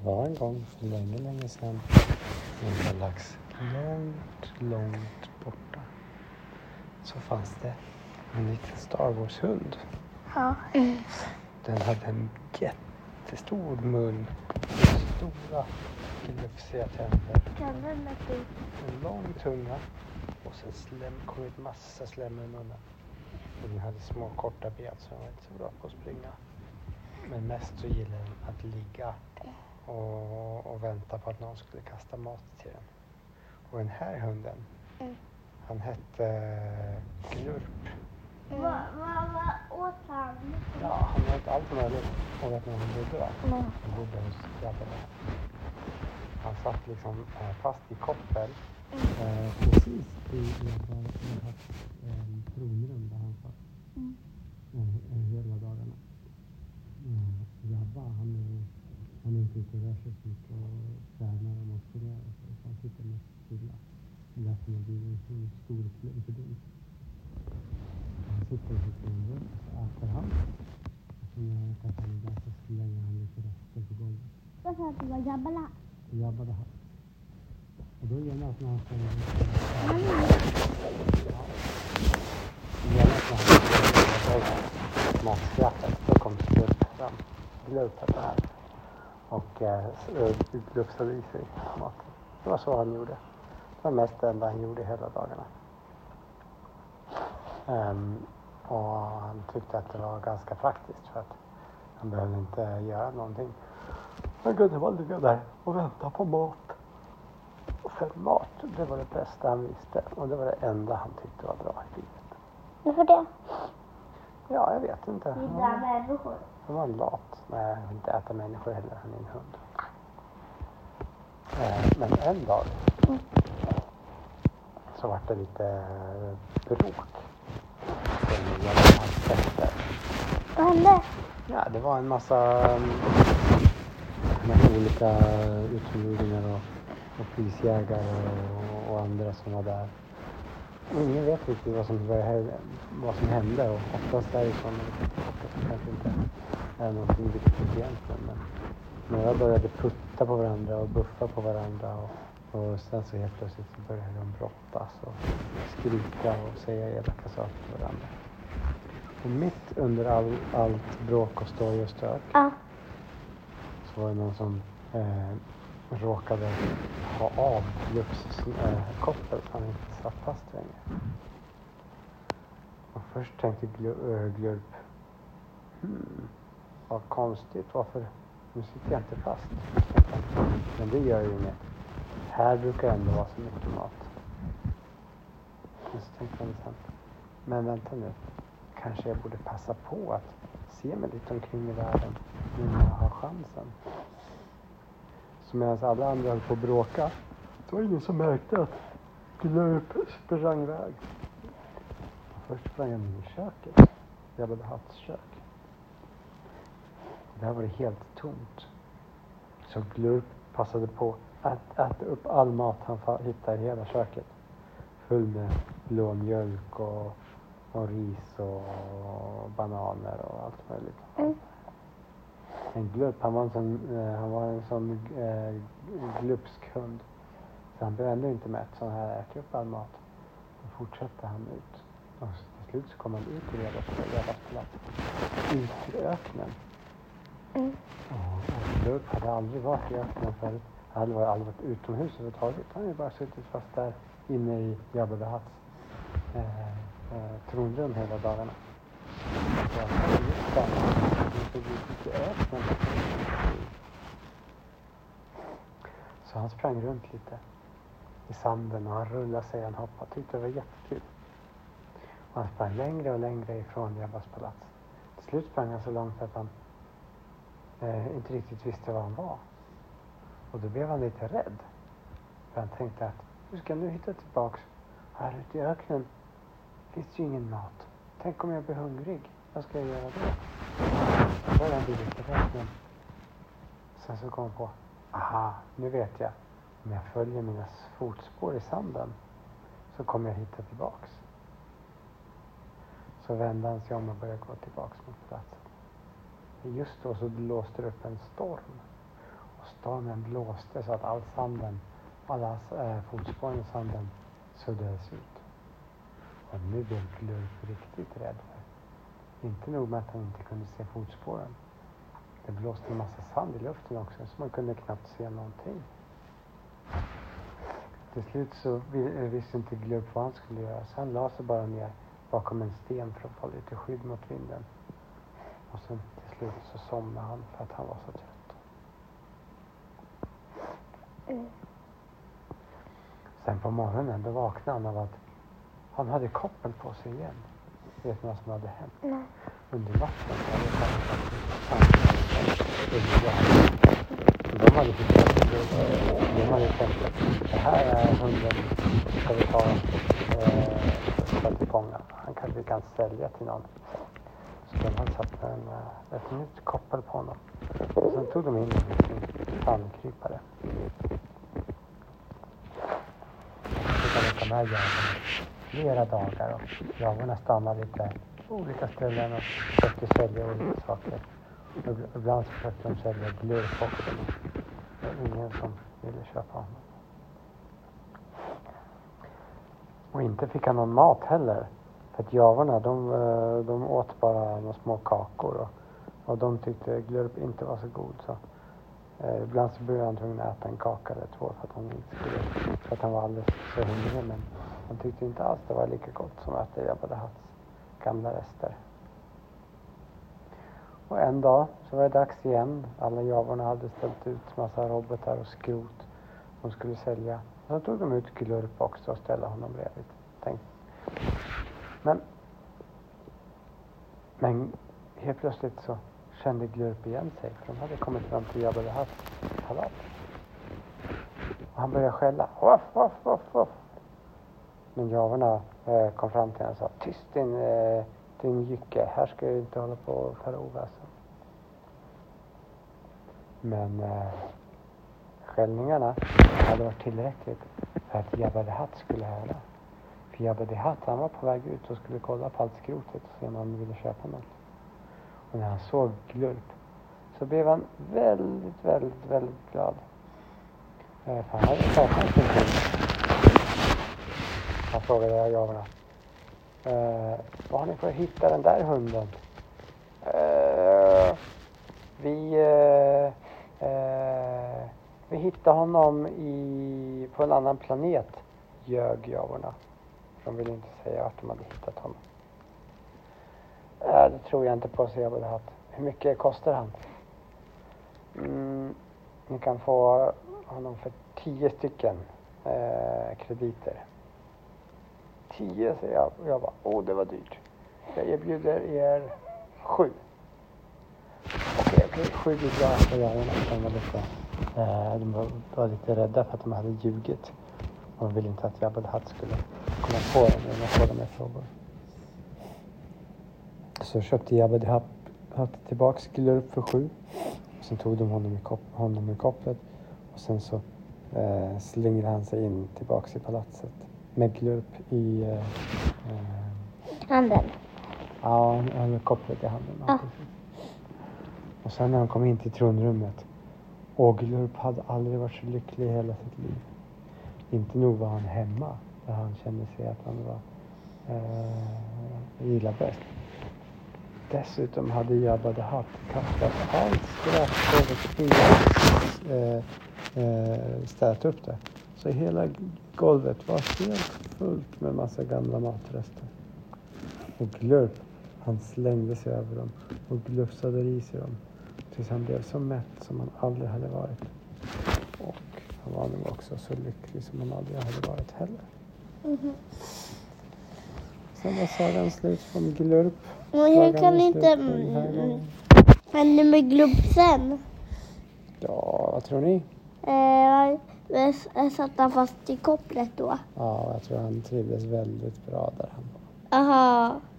Det var en gång för länge sedan i en galax långt borta så fanns det en liten Star Wars-hund. Ja. Den hade en jättestor mun, stora glufsiga tänder, en lång tunga och sen kom ett massa slem i munnen. Och den hade små korta ben så den var inte så bra på att springa. Men mest så gillade den att ligga och vänta på att någon skulle kasta mat till den. Och den här hunden, han hette Glurp. Vad åt han? Ja, han åt allt möjligt. Och vet ni var han bodde då? Han bodde hos grabbarna. Han satt liksom fast i koppel. Precis i tronrum där han satt. Hela dagarna. Jabba, han är inte ute och rör sig så mycket och tränar och motionerar. Så han sitter mest stilla. Det är som att det blir en stor klumpedunk. Han sitter i sitt rum och så äter han. Och så när han äter färdigt så slänger han lite rester på golvet. Vad sa du? Var Jabba la? Jabba det här. Och då gör att när han slänger ut matskrattet, då kom Glurp fram. Glurp hette här. Och glufsade i sig maten. Det var så han gjorde. Det var mest det enda han gjorde hela dagarna. Och han tyckte att det var ganska praktiskt för att han behövde inte göra någonting. Han kunde bara ligga där och vänta på mat. För mat, det var det bästa han visste. Och det var det enda han tyckte var bra i livet. Varför det? Ja, jag vet inte. Gillar människor. Han var lat. Nej, jag vill inte äta människor heller. Han är en hund. Men en dag så var det lite bråk. Vad hände? Ja, det var en massa olika utomjordingar och prisjägare och andra som var där. Ingen vet riktigt vad som hände och oftast är det så kanske inte är någonting viktigt egentligen. Men några började putta på varandra och buffa på varandra och sen så helt plötsligt så började de brottas och skrika och säga elaka saker till varandra. Och mitt under allt bråk och stoj och stök så var det någon som råkade ha av Glurps koppel så han inte satt fast längre. Och först tänkte Glurp, vad konstigt, varför nu sitter jag inte fast? Men det gör ju inget. Här brukar ändå vara så mycket mat. Och så tänkte han sen, men vänta nu, kanske jag borde passa på att se mig lite omkring i världen nu när jag har chansen. Så medan alla andra höll på att bråka, så var det ingen som märkte att Glurp sprang iväg. Först sprang han in i köket. Jabba the Hutts kök. Där var det helt tomt. Så Glurp passade på att äta upp all mat han hittade i hela köket. Full med blå mjölk och ris och bananer och allt möjligt. En Glurp, han var en sån glupsk hund. Så han blev ändå inte mätt, så han äter upp all mat. Då fortsatte han ut. Och till slut så kom han ut i Jabas palats. Ut i öknen. Och Glurp hade aldrig varit i öknen förut. Han hade aldrig varit utomhus överhuvudtaget. Han hade bara suttit fast där inne i Jabba the Hutts tronrum hela dagarna. Så han sprang runt lite i sanden och han rullade sig, han hoppade. Tyckte det var jättekul. Och han sprang längre och längre ifrån Jabbas palats. Till slut sprang han så långt att han inte riktigt visste var han var. Och då blev han lite rädd. För han tänkte att hur ska jag nu hitta tillbaks? Här ute i öknen finns det ju ingen mat. Tänk om jag blir hungrig. Vad ska jag göra då? Så började han bli lite rädd. Men sen så kom han på, aha, nu vet jag. Om jag följer mina fotspår i sanden så kommer jag hitta tillbaks. Så vände han sig om och började gå tillbaks mot platsen. Just då så blåste det upp en storm. Och stormen blåste så att all sanden, alla fotspåren i sanden suddades ut. Och nu blev Glurp riktigt rädd. Inte nog med att han inte kunde se fotspåren. Det blåste en massa sand i luften också så man kunde knappt se någonting. Till slut så visste inte Glurp vad han skulle göra. Så han la sig bara ner bakom en sten för att få lite skydd mot vinden. Och sen till slut så somnade han för att han var så trött. Sen på morgonen då vaknade han av att han hade koppel på sig igen. Vet ni vad som hade hänt? Nej. Under natten så hade han de hade hittat de hade tänkt att det här är hunden ska vi ta till fånga. Han kanske vi kan sälja till någon. Så de hade satt ett nytt koppel på honom. Och sen tog de in sin sandkrypare. De här jägarna flera dagar och jagarna stannade lite på olika ställen och försökte sälja olika saker. Och ibland så försökte de sälja Glurp också. Det var ingen som ville köpa honom. Och inte fick han någon mat heller. För att jagarna de åt bara några små kakor och de tyckte Glurp inte var så god. Så ibland så blev han tvungen att äta en kaka eller två för att han inte skulle, för att han var alldeles så hungrig. Men han tyckte inte alls det var lika gott som att äta Jabba the Hutts gamla rester. Och en dag så var det dags igen. Alla javarna hade ställt ut massa robotar och skrot de skulle sälja. Och så tog de ut Glurp också och ställde honom bredvid. Men helt plötsligt så kände Glurp igen sig. För de hade kommit fram till Jabba the Hutts palats. Och han började skälla. Off, off, off, off. Men javarna kom fram till honom och sa: tyst din jycke. Här ska du inte hålla på och föra oväsen. Men skällningarna hade varit tillräckligt för att Jabba the Hutt skulle höra. För Jabba the Hutt, han var på väg ut och skulle kolla på allt skrotet och se om han ville köpa något. Och när han såg Glurp så blev han väldigt, väldigt, väldigt glad. För han hade saknat sin hund. Han frågade jagarna: vad har ni för att hitta den där hunden? Vi hittade honom på en annan planet, ljög jagarna. De ville inte säga att de hade hittat honom. Det tror jag inte på, så Jabba the Hutt. Hur mycket kostar han? Ni kan få honom för 10 stycken krediter. 10, säger jag. Och jag bara, det var dyrt. Jag erbjuder er 7. Okej, 7 blir bra för jagarna. De var lite rädda för att de hade ljugit. Och de ville inte att Jabba the Hutt skulle komma på dem när de frågade med frågor. Så köpte Jabba the Hutt tillbaks Glurp för 7. Sen tog de honom i kopplet. Och sen så slingrade han sig in tillbaks i palatset. Med Glurp i handen. Ja, han hade kopplet i handen. Ja. Och sen när han kom in till tronrummet. Och Glurp hade aldrig varit så lycklig i hela sitt liv. Inte nog var han hemma. Där han kände sig att han var gilla bäst. Dessutom hade Jabba the Hutt kastat allt skräp över spiran, städat upp det. Så hela golvet var helt fullt med massa gamla matrester. Och Glurp, han slängde sig över dem och glufsade i sig dem. Tills han blev så mätt som han aldrig hade varit. Och han var nog också så lycklig som han aldrig hade varit heller. Mm-hmm. Sen var sagan slut från Glurp. Men jag kan inte hända med Glurp sen. Ja, vad tror ni? Satt han fast i kopplet då? Ja, jag tror han trivdes väldigt bra där han var. Aha.